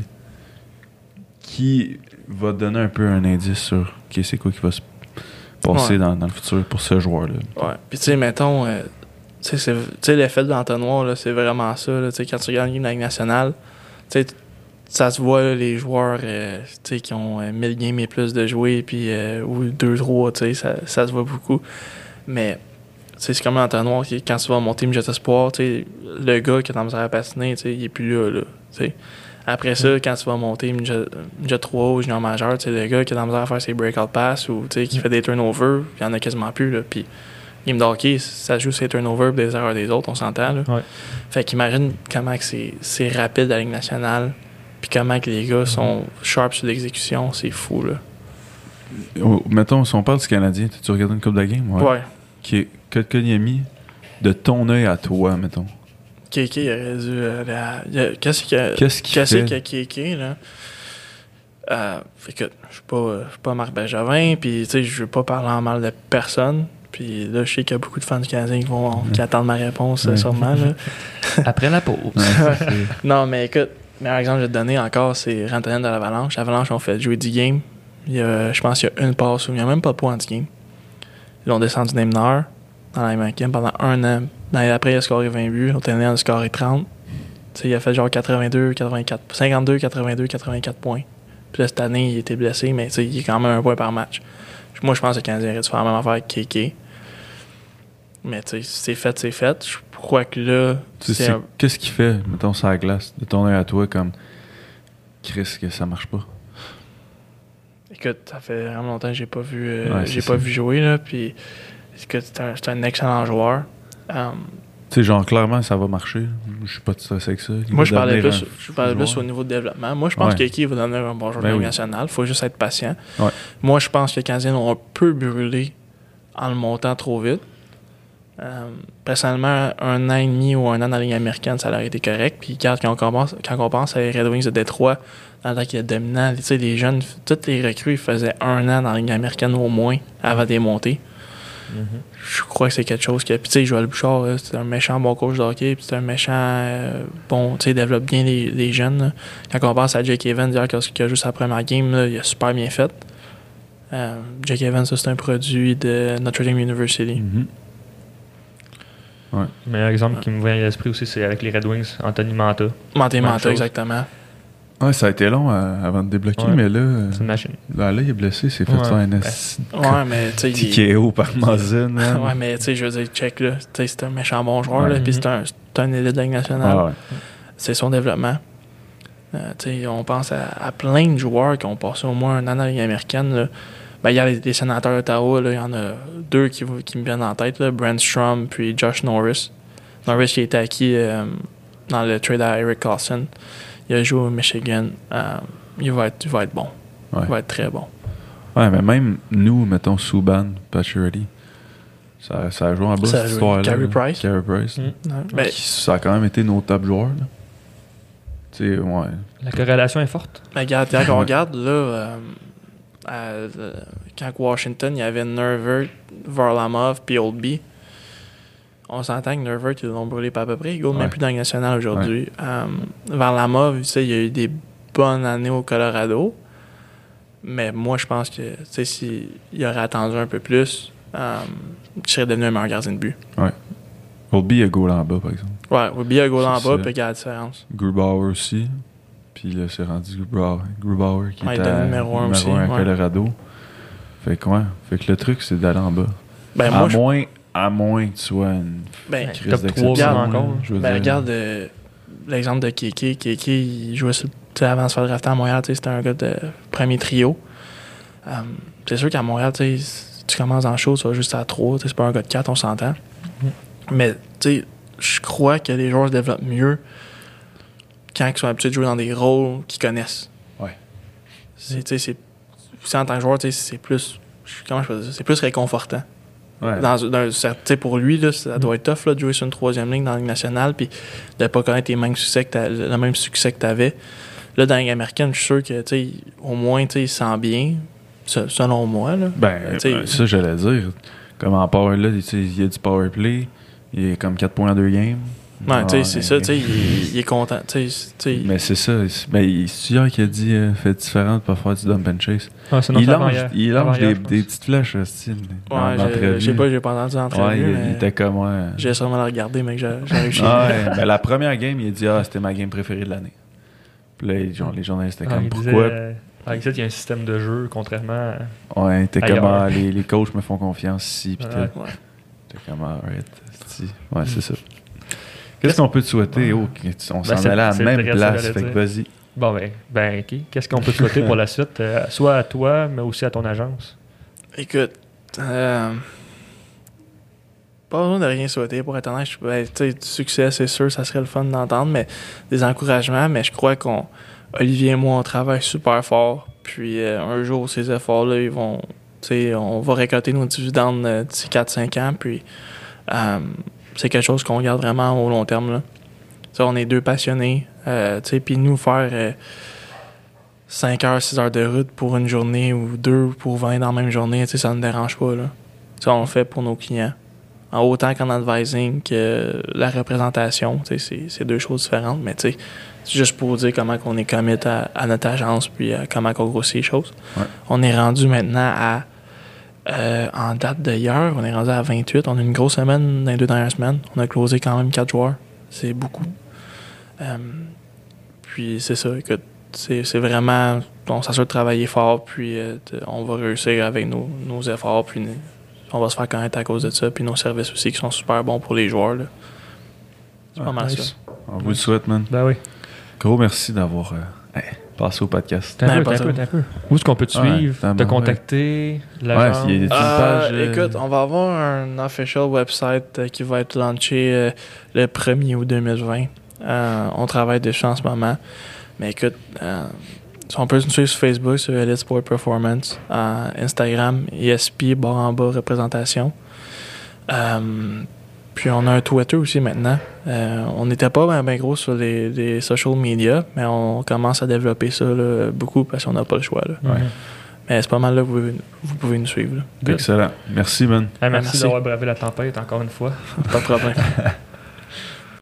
Qui va te donner un peu un indice sur okay, c'est quoi qui va se passer ouais. dans, dans le futur pour ce joueur-là. Ouais. Puis tu sais, mettons... Euh, Tu sais, l'effet de l'entonnoir, là, c'est vraiment ça. Là, quand tu regardes une game de la Ligue nationale, ça se voit, là, les joueurs euh, qui ont euh, mille games et plus de jouer, puis, euh, ou deux trois, ça, ça se voit beaucoup. Mais c'est comme l'entonnoir, quand tu vas monter Jet Espoir, le gars qui est en misère à patiner, il n'est plus là. là t'sais. Après ça, quand tu vas monter Jet trois ou junior majeur, le gars qui est en misère à faire ses breakout pass ou qui fait des turnovers, il n'y en a quasiment plus. Là, puis, game de hockey, ça joue ses turnovers et des erreurs des autres, on s'entend. Là. Ouais. Fait qu'imagine comment que c'est, c'est rapide à la Ligue nationale, puis comment que les gars sont sharp sur l'exécution, c'est fou. Là. Oh, mettons, si on parle du Canadien, tu regardes une coupe de game? Ouais. ouais. Qui est Kotkaniemi, de ton œil à toi, mettons. Kéké, il aurait dû. Euh, la... Qu'est-ce qu'il a, Qu'est-ce qu'il Qu'est-ce fait? qu'il a Kéké, là? Euh, écoute, je suis pas, pas Marc Bergevin, puis tu sais, je veux pas parler en mal de personne. Puis là, je sais qu'il y a beaucoup de fans du Canadien qui, vont, qui attendent ma réponse, ouais. sûrement. Là. Après la pause. Ouais, non, mais écoute, le meilleur exemple que je vais te donner encore, c'est Rantanen de l'Avalanche. L'Avalanche ont fait jouer dix games. Il y a, je pense qu'il y a une passe où il n'y a même pas de points en dix games. Ils l'ont descendu d'une heure dans la même game pendant un an. L'année d'après, il a scoré vingt buts. L'autre année, il a scoré trente. T'sais, il a fait genre quatre-vingt-deux, quatre-vingt-quatre, cinquante-deux, quatre-vingt-deux, quatre-vingt-quatre points. Puis là, cette année, il était blessé, mais il est quand même un point par match. Moi, je pense que le Canadien aurait dû faire la même affaire avec Kéké. Mais tu sais, c'est fait, c'est fait. Je crois que là. Tu sais, un... qu'est-ce qu'il fait, mettons, sur la glace, de ton œil à toi, comme Chris, que ça marche pas? Écoute, ça fait vraiment longtemps que j'ai pas vu, euh, ouais, j'ai ça. pas vu jouer, là. Puis, écoute, c'est un, c'est un excellent joueur. Um, tu sais, genre, clairement, ça va marcher. Je suis pas stressé avec ça. Il moi, je parlais plus, un, je parlais plus au niveau de développement. Moi, je pense ouais. que Kéké va donner un bon joueur ben de la oui. nationale. Il faut juste être patient. Ouais. Moi, je pense que les Canadiens ont un peu brûlé en le montant trop vite. Euh, personnellement, un an et demi ou un an dans la Ligue américaine, ça aurait été correct. Puis quand on commence, quand on pense à les Red Wings de Détroit, dans le temps qu'il est dominant, tu sais, les jeunes, toutes les recrues, ils faisaient un an dans la Ligue américaine au moins avant de les monter. Mm-hmm. Je crois que c'est quelque chose que. Puis tu sais, Joël Bouchard, là, c'est un méchant bon coach de hockey, puis c'est un méchant euh, bon, tu sais, développe bien les, les jeunes. Là. Quand on pense à Jake Evans, hier, qui a joué sa première game, là, il a super bien fait. Euh, Jake Evans, ça, c'est un produit de Notre Dame University. Mm-hmm. Ouais. Le meilleur exemple ouais. qui me vient à l'esprit aussi, c'est avec les Red Wings, Anthony Manta. Manta Manta, exactement. Ouais, ça a été long à, avant de débloquer, ouais. mais là, c'est une machine. Là, là, il est blessé, c'est fait ouais. ça un S. Ouais, mais tu sais. T K O par Mazin. Ouais, mais tu sais, je veux dire, check là. Tu sais, c'est un méchant bon joueur, ouais. là, puis c'est un, c'est un élite de la Ligue nationale. Ah, ouais. C'est son développement. Euh, tu sais, on pense à, à plein de joueurs qui ont passé au moins un an dans la Ligue américaine, là. Ben, il y a les, les sénateurs d'Ottawa, il y en a deux qui, qui me viennent en tête, là, Brent Strom puis Josh Norris. Norris qui a été acquis euh, dans le trade à Eric Carlson. Il a joué au Michigan. Euh, il, va être, il va être bon. Ouais. Il va être très bon. Ouais, mais même nous, mettons Subban, Pacioretty, ça, ça a joué en bas cette histoire-là. Carey Price. Carey Price. Mm. Ouais. Ben, ça a quand même été nos top joueurs. Tu sais, ouais. La corrélation est forte. Ben, regarde, quand on regarde, là, euh, à, euh, quand Washington, il y avait Nervert, Varlamov puis Oldby. On s'entend que Nervert, ils l'ont brûlé pas à peu près. Il ne gagne même plus dans la nationale aujourd'hui. Ouais. Um, Varlamov, tu sais, il a eu des bonnes années au Colorado. Mais moi, je pense que s'il aurait attendu un peu plus, um, il serait devenu un meilleur gardien de but. Ouais. Oldby a goal en bas, par exemple. Ouais, Oldby a goal en bas, puis il y a la différence. Grubauer aussi. Puis là, c'est rendu Grubauer, Grubauer qui ouais, est à numéro un aussi. à ouais. Colorado. Fait que, ouais. Fait que le truc, c'est d'aller en bas. Ben, à moi, moins... Je... À moins que tu sois une ben, crise d'exception. encore. Je veux ben, dire. Regarde euh, l'exemple de Kéké. Kéké, il jouait sur, avant de se faire drafter à Montréal. C'était un gars de premier trio. Um, c'est sûr qu'à Montréal, si tu commences en show, tu vas juste à trois. C'est pas un gars de quatre, on s'entend. Mm-hmm. Mais je crois que les joueurs se développent mieux quand ils sont habitués de jouer dans des rôles qu'ils connaissent. Ouais. C'est, c'est, c'est, en tant que joueur, c'est plus, comment je peux dire, c'est plus réconfortant. Ouais. Dans, dans, pour lui, là, ça doit être tough là, de jouer sur une troisième ligne dans la Ligue nationale puis de ne pas connaître les mêmes succès que le même succès que tu avais. Là, dans la Ligue américaine, je suis sûr que au moins il se sent bien, selon moi. Là. Ben, ben ça, j'allais dire. Comme en power, là, il y a du power play, il est comme quatre points en deux games. Ouais, tu sais, c'est ça, tu sais, il, il est content. T'sais, t'sais. Mais c'est ça. Ben, c'est hier qui a dit euh, fait différent de pas faire du dump and chase. Ah, il lance, il lance des, des petites flèches, style. Ouais, je sais pas, j'ai pas entendu l'entrevue. Ouais, mais il était comme moi. Ouais. J'ai sûrement le regarder, mais j'ai réussi. Ouais, ben, la première game, il a dit ah, c'était ma game préférée de l'année. Puis là, genre, les journalistes étaient ah, comme pourquoi. Disait, euh, avec ça, il y a un système de jeu, contrairement à. Ouais, t'es comme ah, les, les coachs me font confiance ici. Puis ouais. T'es comme ah, right. Ouais, c'est ça. Qu'est-ce qu'on peut te souhaiter? Oh, on s'en ben allait à la même place, fait que vas-y. Bon, ben, ben ok. Qu'est-ce qu'on peut te souhaiter pour la suite? Euh, soit à toi, mais aussi à ton agence. Écoute, euh, pas besoin de rien souhaiter, pour être honnête. Ben, tu sais, du succès, c'est sûr, ça serait le fun d'entendre, mais des encouragements, mais je crois qu'on, Olivier et moi, on travaille super fort, puis euh, un jour, ces efforts-là, ils vont, tu sais, on va récolter nos dividendes euh, d'ici quatre à cinq ans, puis euh, c'est quelque chose qu'on garde vraiment au long terme, là. T'sais, on est deux passionnés, euh, puis nous, faire euh, cinq heures, six heures de route pour une journée ou deux pour vingt dans la même journée, ça ne nous dérange pas, là. T'sais, on le fait pour nos clients. En autant qu'en advising que la représentation, c'est, c'est deux choses différentes, mais c'est juste pour dire comment on est commit à, à notre agence puis à comment on grossit les choses. Ouais. On est rendu maintenant à Euh, en date d'hier, on est rendu à vingt-huit. On a une grosse semaine dans les deux dernières semaines. On a closé quand même quatre joueurs. C'est beaucoup. Euh, puis c'est ça. Écoute, c'est, c'est vraiment... On s'assure de travailler fort, puis euh, on va réussir avec nos, nos efforts, puis on va se faire connaître à cause de ça. Puis nos services aussi qui sont super bons pour les joueurs. Là. C'est ah, pas mal nice. Ça. On vous le souhaite, man. Ben oui. Gros merci d'avoir... Euh... Hey. Passer au podcast. T'as un peu, t'as un peu, t'as un peu. Où est-ce qu'on peut te suivre, ouais, te contacter, l'agence? Ouais, il y a des euh, pages, euh... Écoute, on va avoir un official website euh, qui va être lancé euh, le premier août deux mille vingt. Euh, on travaille dessus en ce moment. Mais écoute, euh, on peut nous suivre sur Facebook, sur Elite Sport Performance, euh, Instagram, E S P, barre en bas, représentation. Euh, Puis on a un Twitter aussi maintenant. Euh, on n'était pas bien ben gros sur les, les social media, mais on commence à développer ça là, beaucoup parce qu'on n'a pas le choix. Là. Ouais. Mais c'est pas mal là que vous, vous pouvez nous suivre. Là. Excellent. Merci, man. Ah, merci, merci d'avoir bravé la tempête encore une fois. Pas de problème.